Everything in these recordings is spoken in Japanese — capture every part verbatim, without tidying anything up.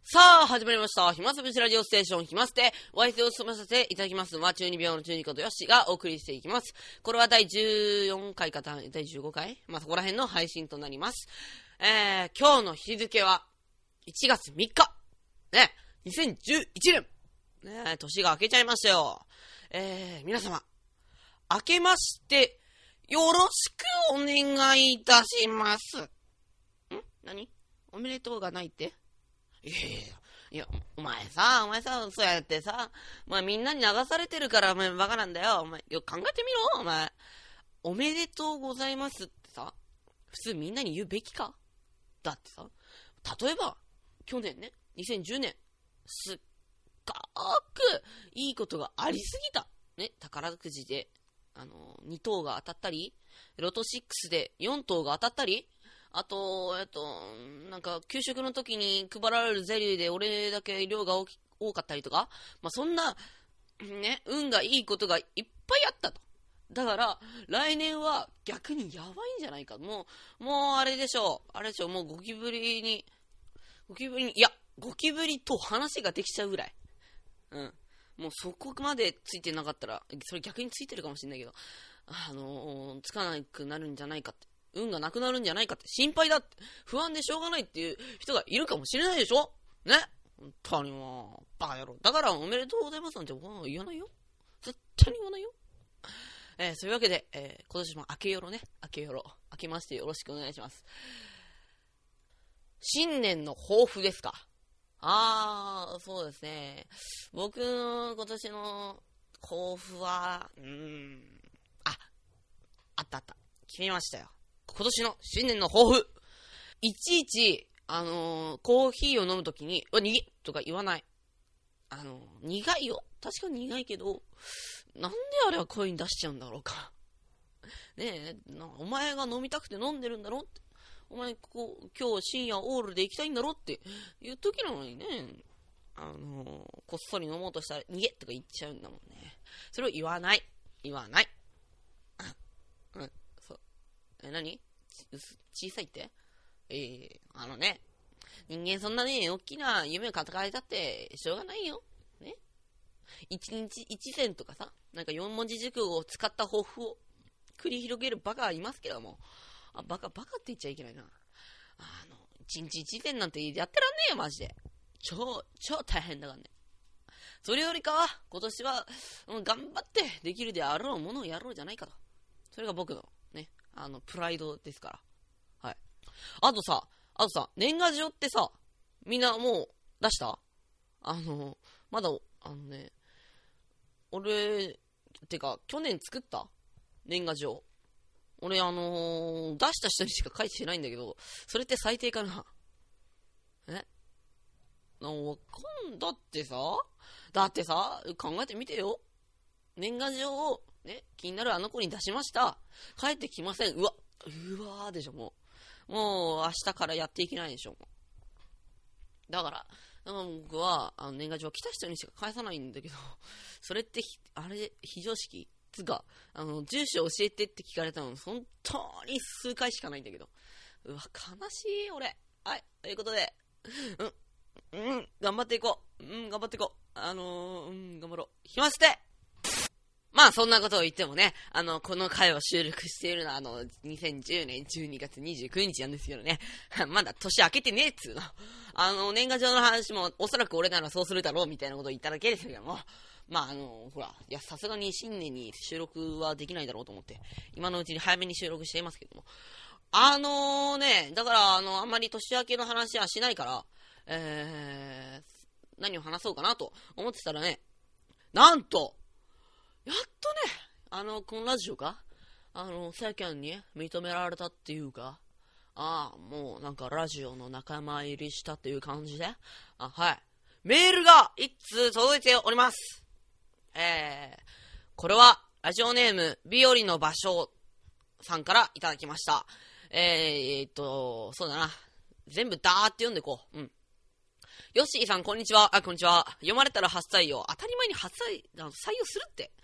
さあ、始まりました。暇つぶしラジオステーション、暇捨て、お相手を務めさせていただきますのは、中二病の中二ことよしがお送りしていきます。これはだいじゅうよんかいか、だいじゅうごかいまあ、そこら辺の配信となります。えー、今日の日付は、いちがつみっか。ね、にせんじゅういちねん。ね、年が明けちゃいましたよ。えー、皆様、明けまして、よろしくお願いいたします。ん？何？おめでとうがないって？いやいやいや、お前さ、お前さ、そうやってさ、まあみんなに流されてるから、お前バカなんだよ。お前、よく考えてみろ、お前。おめでとうございますってさ、普通みんなに言うべきか？だってさ、例えば、去年ね、にせんじゅうねん、すっごくいいことがありすぎた。ね、宝くじで、あの、に等が当たったり、ロトろくでよん等が当たったり、あと、えっと、なんか、給食の時に配られるゼリーで俺だけ量が大き多かったりとか、まあ、そんな、ね、運がいいことがいっぱいあったと。だから、来年は逆にやばいんじゃないか。もう、もうあれでしょう。あれでしょう。もうゴキブリに、ゴキブリに、いや、ゴキブリと話ができちゃうぐらい。うん。もうそこまでついてなかったら、それ逆についてるかもしれないけど、あのー、つかなくなるんじゃないかって。運がなくなるんじゃないかって心配だって不安でしょうがないっていう人がいるかもしれないでしょね。本当にもうバカ野郎だからおめでとうございますなんて言わないよ、絶対に言わないよ。えー、そういうわけで、えー、今年も明けよろね明けよろ明けましてよろしくお願いします。新年の抱負ですか。あー、そうですね、僕の今年の抱負はうーんああったあった決めましたよ。今年の新年の抱負。いちいち、あのー、コーヒーを飲むときに、うわ、苦いとか言わない。あのー、苦いよ。確かに苦いけど、なんであれは声に出しちゃうんだろうか。ねえ、なお前が飲みたくて飲んでるんだろって。お前、ここ、今日深夜オールで行きたいんだろって言うときなのにね、あのー、こっそり飲もうとしたら、逃げとか言っちゃうんだもんね。それを言わない。言わない。うん、そう。え、何？小さいって？えー、あのね、人間そんなね、大きな夢を抱えたってしょうがないよ。ね。一日一銭とかさ、なんか四文字熟語を使った抱負を繰り広げるバカはいますけども、あ、バカバカって言っちゃいけないな。あの、一日一銭なんてやってらんねえよ、マジで。超、超大変だからね。それよりかは、今年は、うん、頑張ってできるであろうものをやろうじゃないかと。それが僕のね、あの、プライドですから。はい。あとさ、あとさ、年賀状ってさ、みんなもう出した？あの、まだ、あのね、俺、てか、去年作った年賀状。俺、あのー、出した人にしか書いてないんだけど、それって最低かな？え？な、わかんだってさ、だってさ、考えてみてよ。年賀状を、ね、気になるあの子に出しました。帰ってきません。うわ、うわーでしょ、もう。もう、明日からやっていけないでしょ、もう。だから、僕は、あの、年賀状来た人にしか返さないんだけど、それって、あれ、非常識つか、あの、住所教えてって聞かれたの、本当に数回しかないんだけど。うわ、悲しい、俺。はい、ということで、うん、うん、頑張っていこう。うん、頑張っていこう。あのー、うん、頑張ろう。暇捨て！まあそんなことを言ってもね、あの、この回を収録しているのはあの、にせんじゅうねんじゅうにがつにじゅうくにちなんですけどね。まだ年明けてねえっつうの。あの、年賀状の話もおそらく俺ならそうするだろうみたいなことを言っただけですけども。まああの、ほら、いや、さすがに新年に収録はできないだろうと思って、今のうちに早めに収録していますけども。あのー、ね、だからあの、あんまり年明けの話はしないから、えー、何を話そうかなと思ってたらね、なんと、やっとね、あの、このラジオが、あの、世間に認められたっていうか、ああ、もうなんかラジオの仲間入りしたっていう感じで、あ、はい。メールが一通届いております。えー、これは、ラジオネーム、ビオリの場所さんからいただきました。えー、っと、そうだな。全部ダーって読んでこう。うん。ヨッシーさん、こんにちは。あ、こんにちは。読まれたら初採用。当たり前に初採用、採用するって。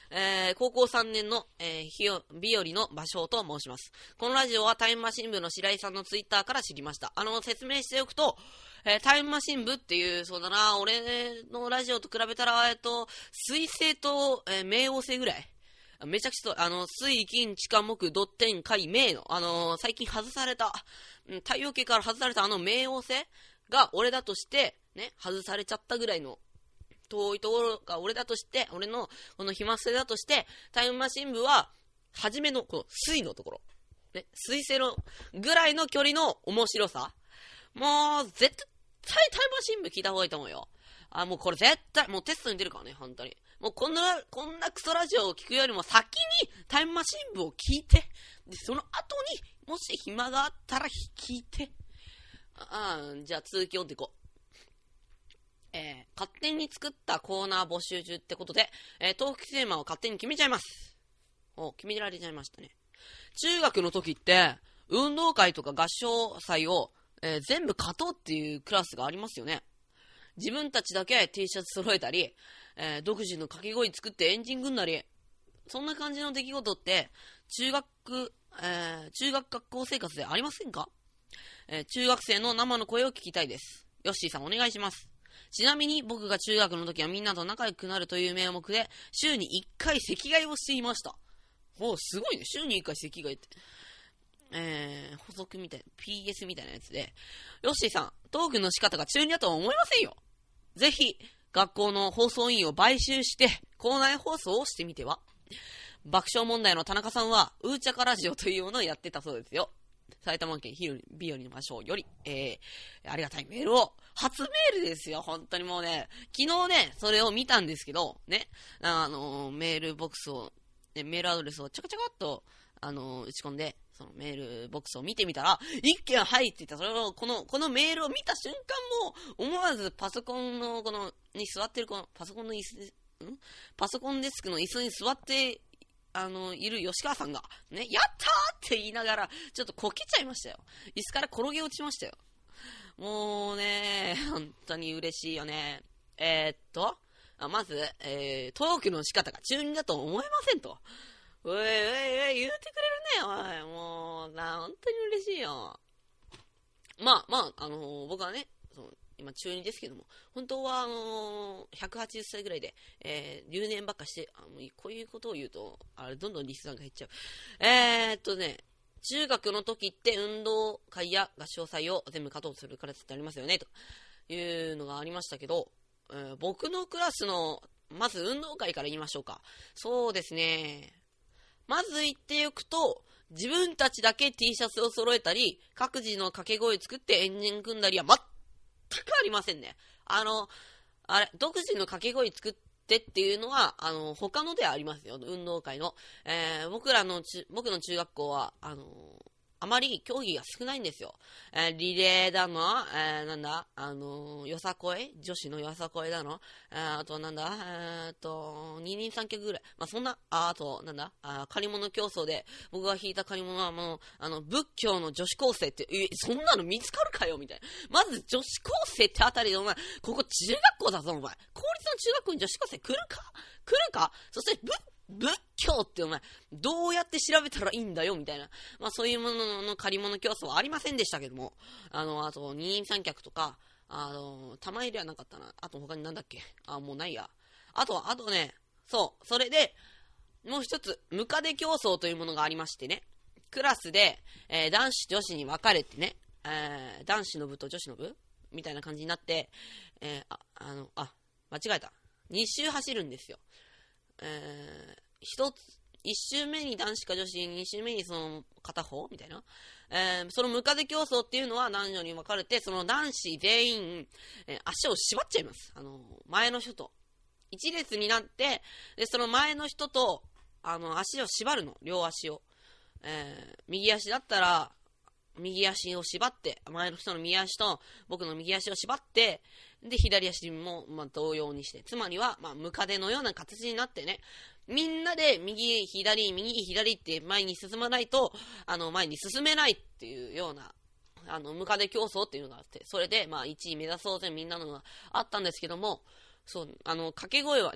えー、高校さんねんの、えー、ひよ、びよりの芭蕉と申します。このラジオはタイムマシン部の白井さんのツイッターから知りました。あの、説明しておくと、えー、タイムマシン部っていう、そうだな、俺のラジオと比べたら、えっと、水星と、えー、冥王星ぐらい。めちゃくちゃ、あの、水、金、地下、木、土、天、海、冥の、あのー、最近外された、太陽系から外されたあの冥王星が俺だとして、ね、外されちゃったぐらいの、遠いところが俺だとして、俺のこの暇捨てだとして、タイムマシン部は、初めのこの水のところ、ね、水星のぐらいの距離の面白さ。もう、絶対タイムマシン部聞いた方がいいと思うよ。あ、もうこれ絶対、もうテストに出るからね、本当に。もうこんな、こんなクソラジオを聞くよりも先にタイムマシン部を聞いて、で、その後にもし暇があったら聞いて、ああ、じゃあ続き読んでいこう。えー、勝手に作ったコーナー募集中ってことで、えー、トークテーマを勝手に決めちゃいます。お、決められちゃいましたね。中学の時って、運動会とか合唱祭を、えー、全部勝とうっていうクラスがありますよね。自分たちだけ T シャツ揃えたり、えー、独自の掛け声作ってエンジン組んだり、そんな感じの出来事って、中学、えー、中学学校生活でありませんか？えー、中学生の生の声を聞きたいです。ヨッシーさんお願いします。ちなみに僕が中学の時はみんなと仲良くなるという名目で、週にいっかい席替えをしていました。お、すごいね。週にいっかい席替えって。えー、補足みたいな、ピーエス みたいなやつで、ヨッシーさん、トークの仕方が中二だとは思いませんよ。ぜひ、学校の放送委員を買収して、校内放送をしてみては。爆笑問題の田中さんは、うーちゃかラジオというものをやってたそうですよ。埼玉県ひびよりの場所より、えー、ありがたいメールを、初メールですよ、本当にもうね、昨日ね、それを見たんですけど、ね、あのー、メールボックスを、ね、メールアドレスをちょこちょこっと、あのー、打ち込んで、そのメールボックスを見てみたら、一件入っていた。それを、この、このメールを見た瞬間も、思わずパソコンの、この、に座ってる、この、パソコンの椅子、んパソコンデスクの椅子に座って、あの、いる吉川さんが、ね、やったーって言いながら、ちょっとこけちゃいましたよ。椅子から転げ落ちましたよ。もうね、本当に嬉しいよね。えー、っと、あまず、えー、トークの仕方が中二だと思えませんと。おいおいおい、言うてくれるね、おい。もう、な、本当に嬉しいよ。まあまあ、あのー、僕はね、その今中にですけども、本当はあのー、ひゃくはちじゅっさいぐらいで、えー、留年ばっかして、あのこういうことを言うと、あれ、どんどんリスナーが減っちゃう。えー、っとね、中学の時って運動会や合唱祭を全部勝とうとするクラスってありますよね、というのがありましたけど、えー、僕のクラスの、まず運動会から言いましょうか。そうですね。まず言っておくと、自分たちだけ T シャツを揃えたり、各自の掛け声作ってエンジン組んだりは全くありませんね。あの、あれ、独自の掛け声作ってっていうのは、あの、他のではありますよ。運動会の。えー、僕らのち、僕の中学校は、あの、あまり競技が少ないんですよ。えー、リレーだの、えー、なんだ、あのー、よさこい女子のよさこいだの、えー、あとなんだ、えー、っと、二人三脚ぐらい。まあ、そんな、あ、あと、なんだ、あ借り物競争で、僕が引いた借り物はもう、あの、仏教の女子高生って、え、そんなの見つかるかよみたいな。まず女子高生ってあたりで、お前、ここ中学校だぞ、お前。公立の中学校に女子高生来るか来るかそして、仏仏教ってお前、どうやって調べたらいいんだよみたいな。まあそういうものの借り物競争はありませんでしたけども、あの、あと二人三脚とか、あの、玉入れはなかったな。あと他になんだっけあ、もうないや。あと、あとね、そう、それで、もう一つ、ムカデ競争というものがありましてね、クラスで、えー、男子女子に分かれてね、えー、男子の部と女子の部みたいな感じになって、えー、あ、あの、あ、間違えた。二周走るんですよ。えー、一つ、一周目に男子か女子、二周目にその片方みたいな。えー、そのムカデ競争っていうのは男女に分かれて、その男子全員、えー、足を縛っちゃいます。あの、前の人と。一列になって、で、その前の人と、あの、足を縛るの。両足を。えー、右足だったら、右足を縛って、前の人の右足と僕の右足を縛って、で、左足も、まあ、同様にして、つまりは、まあ、ムカデのような形になってね、みんなで右、左、右、左って前に進まないと、あの、前に進めないっていうような、あの、ムカデ競争っていうのがあって、それで、まあ、いちい目指そうぜみんなのがあったんですけども、そう、あの、掛け声はね、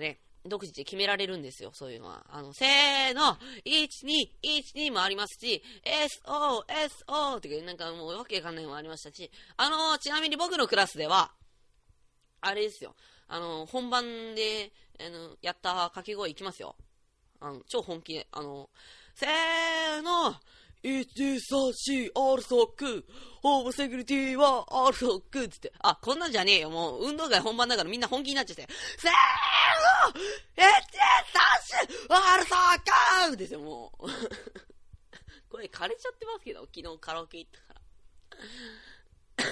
独自で決められるんですよ、そういうのは。あの、せーの、いち、に、いち、にもありますし、エスオー、エスオー ってなんかもうわけわかんないのもありましたし、あの、ちなみに僕のクラスでは、あれですよ、あの、本番で、あの、やった掛け声いきますよ。あの、超本気で、あの、せーの、いち、に、さん、よん、アルソック、ホームセキュリティはアルソックつって、あ、こんなんじゃねえよ、もう運動会本番だからみんな本気になっちゃって、せーの、いち、に、さん、よん、アルソックですよ、もう。これ枯れちゃってますけど、昨日カラオケ行ったから。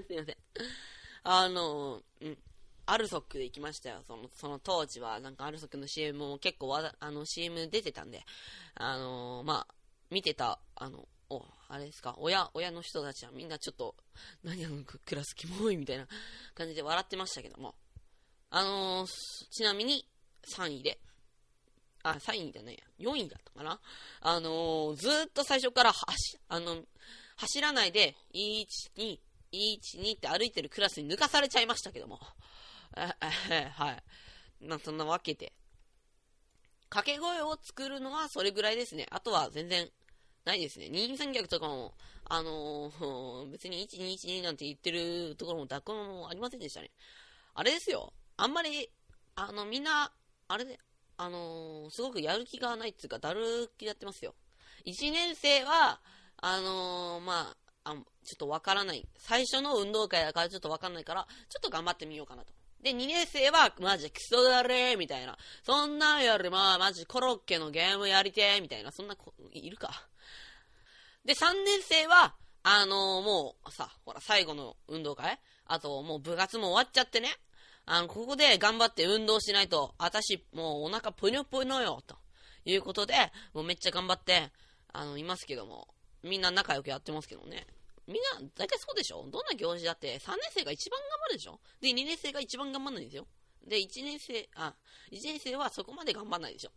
すいません。あの、うん。アルソックで行きましたよ。その、その当時は、なんかアルソックの シーエム も結構わだ、あの シーエム 出てたんで、あのー、まあ、見てた、あの、お、あれですか、親、親の人たちはみんなちょっと、何あのクラスキモいみたいな感じで笑ってましたけども、あのー、ちなみにさんいで、あ、さんいじゃないや、よんいだったかな。あのー、ずーっと最初から走、あの、走らないで、いち、に、いち、にって歩いてるクラスに抜かされちゃいましたけども、え、え、はい。まあ、そんなわけで、掛け声を作るのはそれぐらいですね。あとは全然ないですね。二人三脚とかも、あのー、別にいちにいちになんて言ってるところも学校もありませんでしたね。あれですよ。あんまり、あの、みんな、あれで、あのー、すごくやる気がないっていうか、だる気やってますよ。いちねん生は、あのー、まあ、あ、ちょっとわからない。最初の運動会だからちょっとわかんないから、ちょっと頑張ってみようかなと。で、にねん生は、マジクソだれーみたいな。そんなんよりも、マジコロッケのゲームやりてーみたいな。そんな子、いるか。で、さんねん生は、あのー、もう、さ、ほら、最後の運動会あと、もう部活も終わっちゃってね。あの、ここで頑張って運動しないと、私、もうお腹ぷにょぷにょよ、ということで、もうめっちゃ頑張って、あの、いますけども。みんな仲良くやってますけどね。みんな、大体そうでしょ。どんな行事だって、さんねん生が一番頑張るでしょ。で、にねん生が一番頑張んないんですよ。で、いちねん生、あ、いちねん生はそこまで頑張んないでしょ。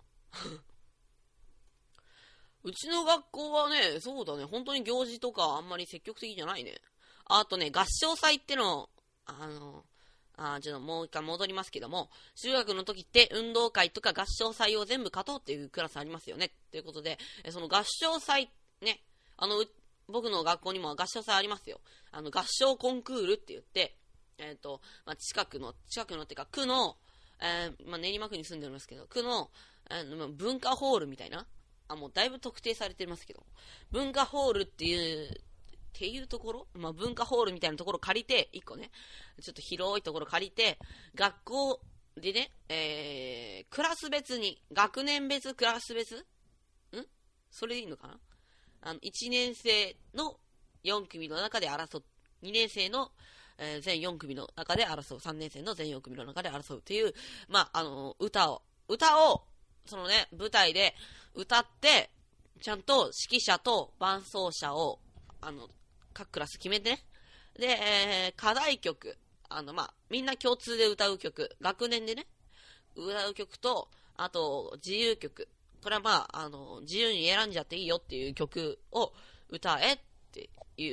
うちの学校はね、そうだね、本当に行事とかあんまり積極的じゃないね。あとね、合唱祭っての、あの、あちょっともう一回戻りますけども、中学の時って運動会とか合唱祭を全部勝とうっていうクラスありますよね。ということで、その合唱祭、ね、あの、僕の学校にも合唱祭ありますよ。あの、合唱コンクールって言って、えっと、まあ、近くの、近くのっていうか、区の、えー、まあ、練馬区に住んでるんですけど、区の、えー、文化ホールみたいな、あ、もうだいぶ特定されてますけど、文化ホールっていう、っていうところ、まあ、文化ホールみたいなところ借りて、一個ね、ちょっと広いところ借りて、学校でね、えー、クラス別に、学年別、クラス別んそれでいいのかなあの、いちねん生のよん組の中で争う、にねん生の、えー、全よん組の中で争う、さんねん生の全よん組の中で争うっていう、まあ、あの、歌を、歌を、そのね、舞台で歌って、ちゃんと指揮者と伴奏者を、あの、各クラス決めてね。で、えー、課題曲、あの、まあ、みんな共通で歌う曲、学年でね、歌う曲と、あと、自由曲、これはまあ、あの、自由に選んじゃっていいよっていう曲を歌えっていう、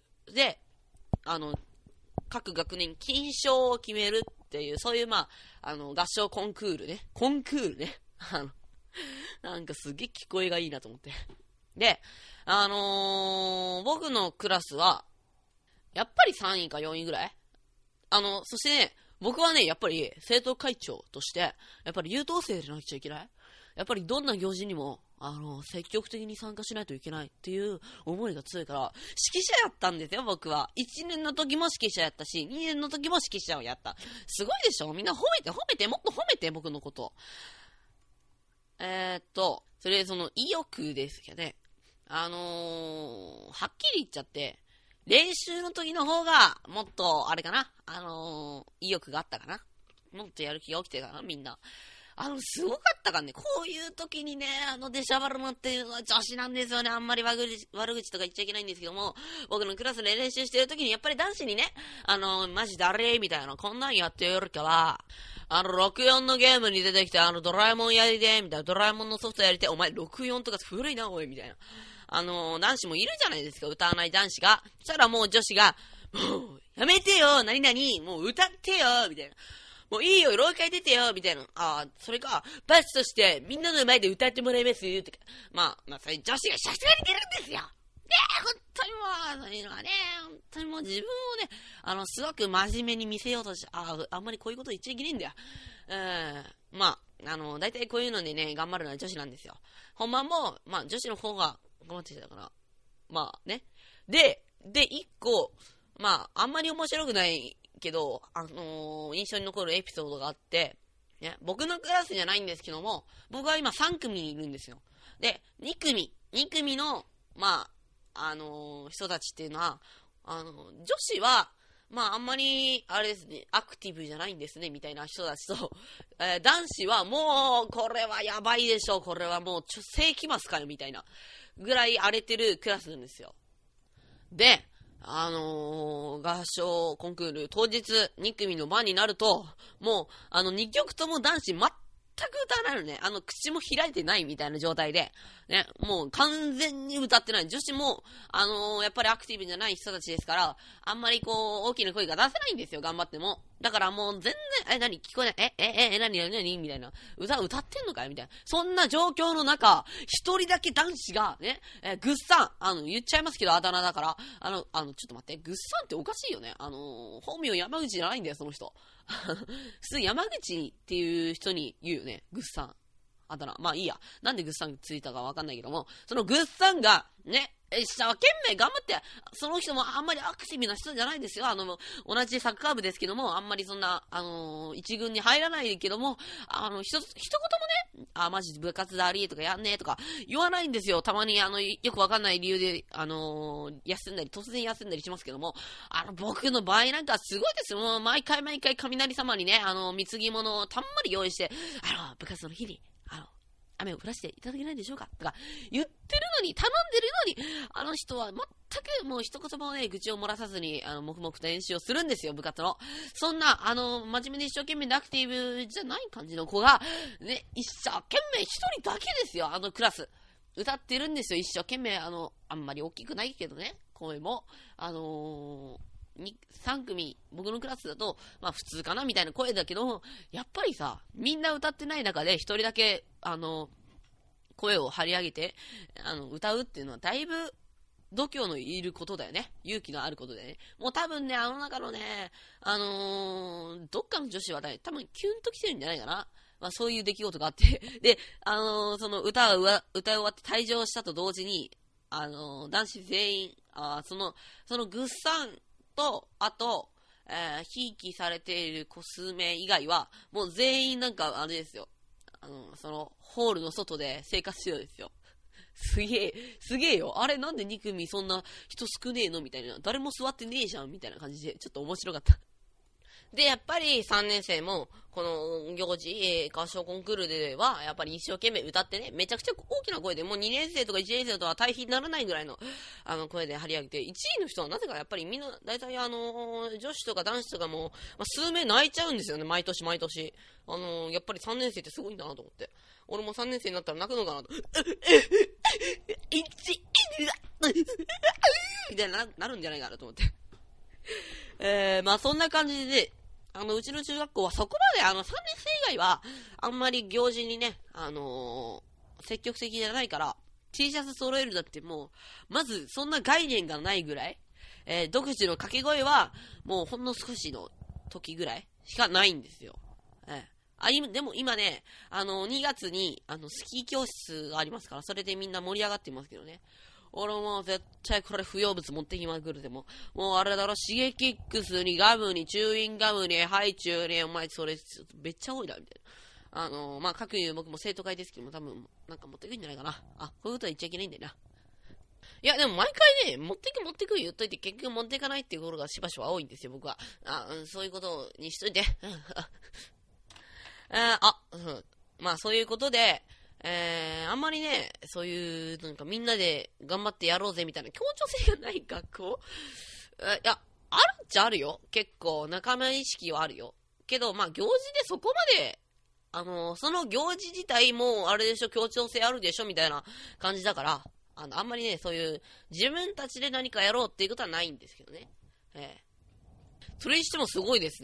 で、あの、各学年金賞を決めるっていう、そういうまあ、あの、合唱コンクールね。コンクールね。あの、なんかすげえ聞こえがいいなと思って。で、あのー、僕のクラスは、やっぱりさんいかよんいぐらいあの、そしてね、僕はね、やっぱり生徒会長として、やっぱり優等生でなくちゃいけない。やっぱりどんな行事にも、あの、積極的に参加しないといけないっていう思いが強いから、指揮者やったんですよ、僕は。いちねんの時も指揮者やったし、にねんの時も指揮者をやった。すごいでしょ？みんな褒めて、褒めて、もっと褒めて、僕のこと。えー、っと、それ、その、意欲ですけどね。あのー、はっきり言っちゃって、練習の時の方が、もっと、あれかな、あのー、意欲があったかな。もっとやる気が起きてたかな、みんな。あの、すごかったからね、こういう時にね、あの、出しゃばるのっていうのは女子なんですよね。あんまり悪口、悪口とか言っちゃいけないんですけども、僕のクラスで練習してる時に、やっぱり男子にね、あの、マジだれーみたいな、こんなんやってやるから、あの、ろくよんのゲームに出てきて、あの、ドラえもんやりてーみたいな、ドラえもんのソフトやりてーお前、ろくよんとか古いな、おい、みたいな。あの、男子もいるじゃないですか、歌わない男子が。そしたらもう女子が、もう、やめてよ、何々、もう歌ってよ、みたいな。 もういいよ、廊下出てよ、みたいな。ああ、それか、バスとして、みんなの前で歌ってもらいますとか。まあ、まあ、それ女子がさすがに出るんですよ。ねえ、本当にもう、そういうのはね、本当にもう自分をね、あの、すごく真面目に見せようとして、ああ、あんまりこういうこと言っちゃいけないんだよ。うん、まあ、あの、大体こういうのでね、頑張るのは女子なんですよ。本番も、まあ、女子の方が頑張ってきたから。まあね。で、で、一個、まあ、あんまり面白くないけど、あのー、印象に残るエピソードがあって、ね、僕のクラスじゃないんですけども、僕は今さん組にいるんですよ。で、に組、に組の、まあ、あのー、人たちっていうのは、あのー、女子は、まあ、あんまり、あれですね、アクティブじゃないんですね、みたいな人たちと、えー、男子はもう、これはやばいでしょ、これはもう、ちょ、世紀末かよ、みたいな、ぐらい荒れてるクラスなんですよ。で、あのー、合唱コンクール当日に組の番になると、もう、あのにきょくとも男子全く歌わないのね。あの、口も開いてないみたいな状態で、ね、もう完全に歌ってない。女子も、あのー、やっぱりアクティブじゃない人たちですから、あんまりこう、大きな声が出せないんですよ、頑張っても。だからもう全然、え、何聞こえない、え、え、え、何、何、何みたいな。歌、歌ってんのかよみたいな。そんな状況の中、一人だけ男子が、ね、えー、ぐっさん、あの、言っちゃいますけど、あだ名だから、あの、あの、ちょっと待って、ぐっさんっておかしいよね。あのー、本名山口じゃないんだよ、その人。普通山口っていう人に言うよね、ぐっさん。あだ名。まあいいや。なんでぐっさんついたかわかんないけども、そのぐっさんが、ね、一生懸命頑張って、その人もあんまりアクティブな人じゃないですよ。あの、同じサッカー部ですけども、あんまりそんな、あのー、一軍に入らないけども、あの、ひと、一言もね、あ、マジ部活だりとかやんねえとか言わないんですよ。たまに、あの、よくわかんない理由で、あのー、休んだり、突然休んだりしますけども、あの、僕の場合なんかすごいですよ。もう毎回毎回雷様にね、あの、貢ぎ物をたんまり用意して、あの、部活の日に、あの、雨を降らせていただけないでしょうかとか言ってるのに、頼んでるのに、あの人は全くもう一言もね、愚痴を漏らさずに、あの、黙々と練習をするんですよ、部活の。そんな、あの、真面目で一生懸命でアクティブじゃない感じの子が、ね、一生懸命一人だけですよ、あのクラス。歌ってるんですよ、一生懸命、あの、あんまり大きくないけどね、声も。あのー、さん組、僕のクラスだと、まあ普通かなみたいな声だけど、やっぱりさ、みんな歌ってない中で一人だけ、あの、声を張り上げて、あの、歌うっていうのはだいぶ、度胸のいることだよね。勇気のあることだよね。もう多分ね、あの中のね、あのー、どっかの女子はね、多分キュンと来てるんじゃないかな。まあそういう出来事があって。で、あのー、その歌を、歌い終わって退場したと同時に、あのー、男子全員、あその、そのグッサン、と、あと、えー、ひいきされているコスメ以外は、もう全員なんか、あれですよ。あの、その、ホールの外で生活してるんですよ。すげえ、すげえよ。あれなんでに組そんな人少ねえのみたいな。誰も座ってねえじゃんみたいな感じで、ちょっと面白かった。で、やっぱりさんねん生も、この行事、えー、合唱コンクールでは、やっぱり一生懸命歌ってね、めちゃくちゃ大きな声で、もうにねん生とかいちねん生とは対比にならないぐらいの、あの、声で張り上げて、いちいの人はなぜかやっぱりみんな、大体あのー、女子とか男子とかも、まあ、数名泣いちゃうんですよね、毎年毎年。あのー、やっぱりさんねん生ってすごいんだなと思って。俺もさんねん生になったら泣くのかなと。いち、みたいな、なるんじゃないかなと思って。えー、まあそんな感じで、あの、うちの中学校はそこまで、あの、さんねん生以外は、あんまり行事にね、あのー、積極的じゃないから、T シャツ揃えるだってもう、まず、そんな概念がないぐらい、えー、独自の掛け声は、もうほんの少しの時ぐらいしかないんですよ。えー、あ、今、でも今ね、あの、にがつに、あの、スキー教室がありますから、それでみんな盛り上がってますけどね。俺も絶対これ不要物持ってきまくるでも、もうあれだろ、シゲキックスにガムにチューインガムにハイチューに、お前それめっちゃ多いな、みたいな。あのー、まあ、各言う僕も生徒会ですけども、多分なんか持ってくんじゃないかな。あ、こういうことは言っちゃいけないんだよな。いや、でも毎回ね、持ってく持ってく言っといて結局持っていかないっていうことがしばしば多いんですよ、僕は。あ、うん、そういうことにしといて。あ、あ、うん、まあそういうことで、えー、あんまりね、そういう、なんかみんなで頑張ってやろうぜみたいな協調性がない学校えいや、あるっちゃあるよ。結構仲間意識はあるよ。けど、まあ行事でそこまで、あのー、その行事自体もあれでしょ、協調性あるでしょみたいな感じだから、あの、あんまりね、そういう自分たちで何かやろうっていうことはないんですけどね。えー、それにしてもすごいですね。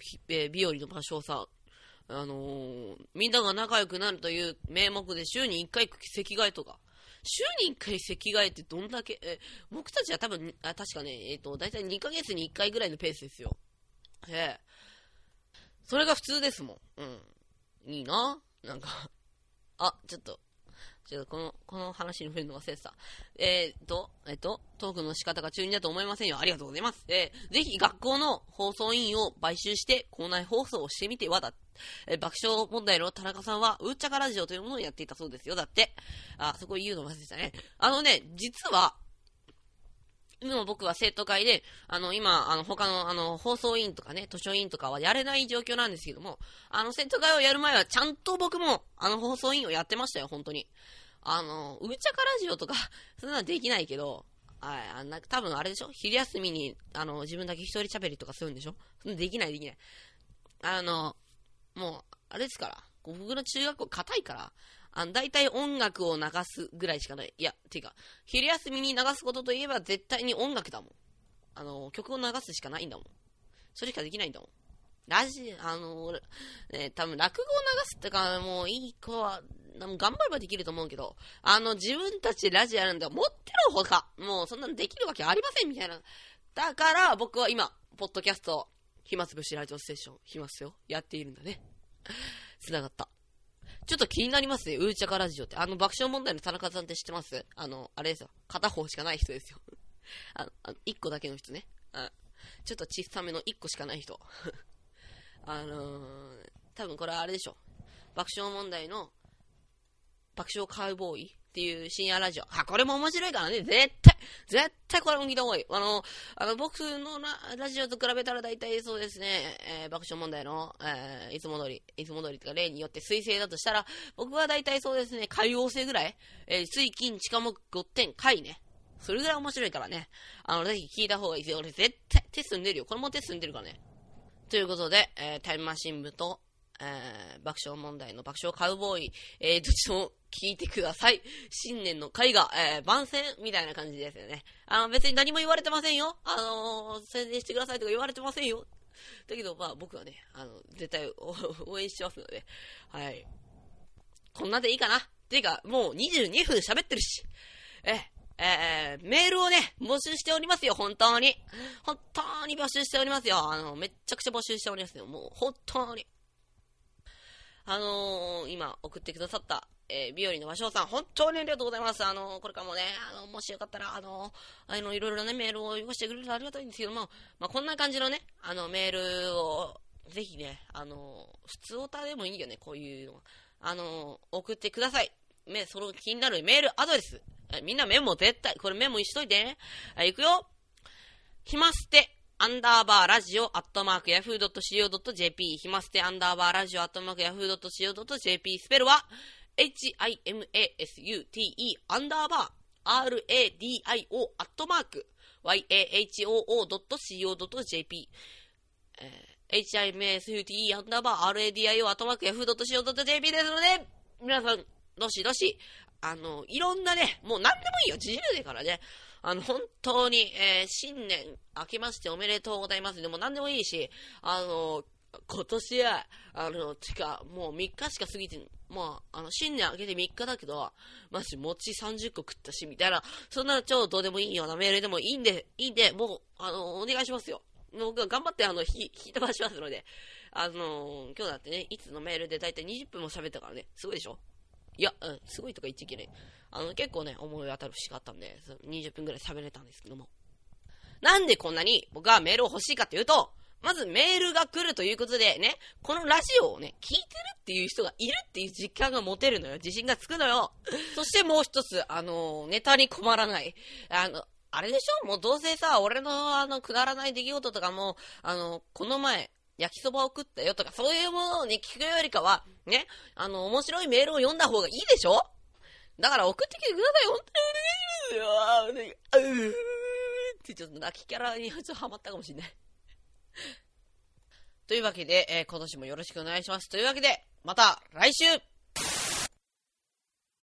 えー、日和の場所さん、あのー、みんなが仲良くなるという名目で週にいっかい席替えとか、週にいっかい席替えってどんだけ、え僕たちは多分、あ確かね、えっ、ー、と、だいたいにかげつにいっかいぐらいのペースですよ。ええ。それが普通ですもん。うん。いいな。なんか、あ、ちょっと、ちょっとこの、この話に触れるの忘れてた。えー、っと、えっと、トークの仕方が中二だと思いませんよ。ありがとうございます。えー、ぜひ学校の放送委員を買収して校内放送をしてみてはだ。えー、爆笑問題の田中さんは、うーちゃかラジオというものをやっていたそうですよ。だって。あ、そこ言うの忘れてたね。あのね、実は、今僕は生徒会で、あの、今、あの、他の、あの、放送委員とかね、図書委員とかはやれない状況なんですけども、あの、生徒会をやる前はちゃんと僕も、あの、放送委員をやってましたよ、本当に。あの、うーちゃかラジオとか、そんなのできないけど、はい、あんな、多分あれでしょ昼休みに、あの、自分だけ一人喋りとかするんでしょできないできない。あの、もう、あれですから、僕の中学校硬いから、あの、大体音楽を流すぐらいしかない。いや、てか、昼休みに流すことといえば絶対に音楽だもん。あの、曲を流すしかないんだもん。それしかできないんだもん。ラジ、あの、ね、多分落語を流すってか、もういい子は、頑張ればできると思うけど、あの、自分たちでラジオやるんだ持ってるほか、もうそんなのできるわけありませんみたいな。だから僕は今、ポッドキャスト、暇つぶしラジオステーション、暇つよ、やっているんだね。繋がった。ちょっと気になりますね、うーちゃかラジオって。あの、爆笑問題の田中さんって知ってます？あの、あれですよ。片方しかない人ですよ。あの、あの一個だけの人ね。あちょっと小さめの一個しかない人。あのー、多分これあれでしょ。爆笑問題の爆笑カウボーイっていう深夜ラジオ。あ、これも面白いからね。絶対、絶対これも聞いた方がいい。あの、あの、僕のララジオと比べたら大体そうですね、えー、爆笑問題の、えー、いつも通り、いつも通りとか例によって水星だとしたら、僕は大体そうですね、海王星ぐらい、えー、水金地下木ごってん海ね。それぐらい面白いからね。あの、ぜひ聞いた方がいいですよ。俺絶対テストに出るよ。これもテストに出るからね。ということで、えー、タイムマシン部と、えー、爆笑問題の爆笑カウボーイ、えー、どっちも聞いてください。新年の会が、えー、番宣みたいな感じですよね。あの、別に何も言われてませんよ。あのー、宣伝してくださいとか言われてませんよ。だけど、まあ、僕はね、あの、絶対応援してますので、はい。こんなでいいかな。ていうか、もうにじゅうにふん喋ってるし、え、えー、メールをね、募集しておりますよ、本当に。本当に募集しておりますよ。あの、めっちゃくちゃ募集しておりますよ。もう、本当に。あのー、今送ってくださった、えー、日和の和尚さん、本当にありがとうございます。あのー、これからもね、あのー、もしよかったら、あのー、あの、いろいろね、メールをよこしてくれるとありがたいんですけども、まあ、こんな感じのね、あの、メールを、ぜひね、あのー、普通オタでもいいよね、こういうの。あのー、送ってください。め、その気になるメールアドレス。みんなメモ絶対、これメモしといてね。はい、いくよ。ひまステ。アンダーバーラジオアットマークヤフードットシーオードットジェーピー ひまステアンダーバーラジオアットマークヤフードットシーオードットジェーピー スペルは エイチアイエムエーエスユーティーイー アンダーバー アールエーディーアイオー アットマーク ワイエーエイチオーオードットシーオードットジェーピー エイチアイエムエーエスユーティーイー アンダーバー アールエーディーアイオー アットマークヤフードットシーオードットジェーピー ですので、皆さんどしどしあのいろんなね、もう何でもいいよ、自由でからね、あの、本当に、えー、新年明けましておめでとうございます。でも何でもいいし、あの、今年は、あの、てか、もうみっかしか過ぎて、もう、あの、新年明けてみっかだけど、マジ餅さんじゅっこ食ったし、みたいな、そんな超どうでもいいようなメールでもいいんで、いいんで、もう、あの、お願いしますよ。僕は頑張って、あの、引き飛ばしますので、あの、今日だってね、いつのメールでだいたいにじゅっぷんも喋ったからね、すごいでしょ？いや、うん、すごいとか言っちゃいけない。あの、結構ね、思い当たる節があったんで、にじゅっぷんくらい喋れたんですけども。なんでこんなに僕はメールを欲しいかというと、まずメールが来るということでね、このラジオをね、聞いてるっていう人がいるっていう実感が持てるのよ。自信がつくのよ。そしてもう一つ、あの、ネタに困らない。あの、あれでしょ？もうどうせさ、俺のあの、くだらない出来事とかも、あの、この前、焼きそばを食ったよとか、そういうものをね、聞くよりかは、ね、あの、面白いメールを読んだ方がいいでしょ？だから送ってきてください。本当にお願いしますよ。お願い。うーってちょっと泣きキャラにちょっとハマったかもしれない。というわけで、えー、今年もよろしくお願いします。というわけで、また来週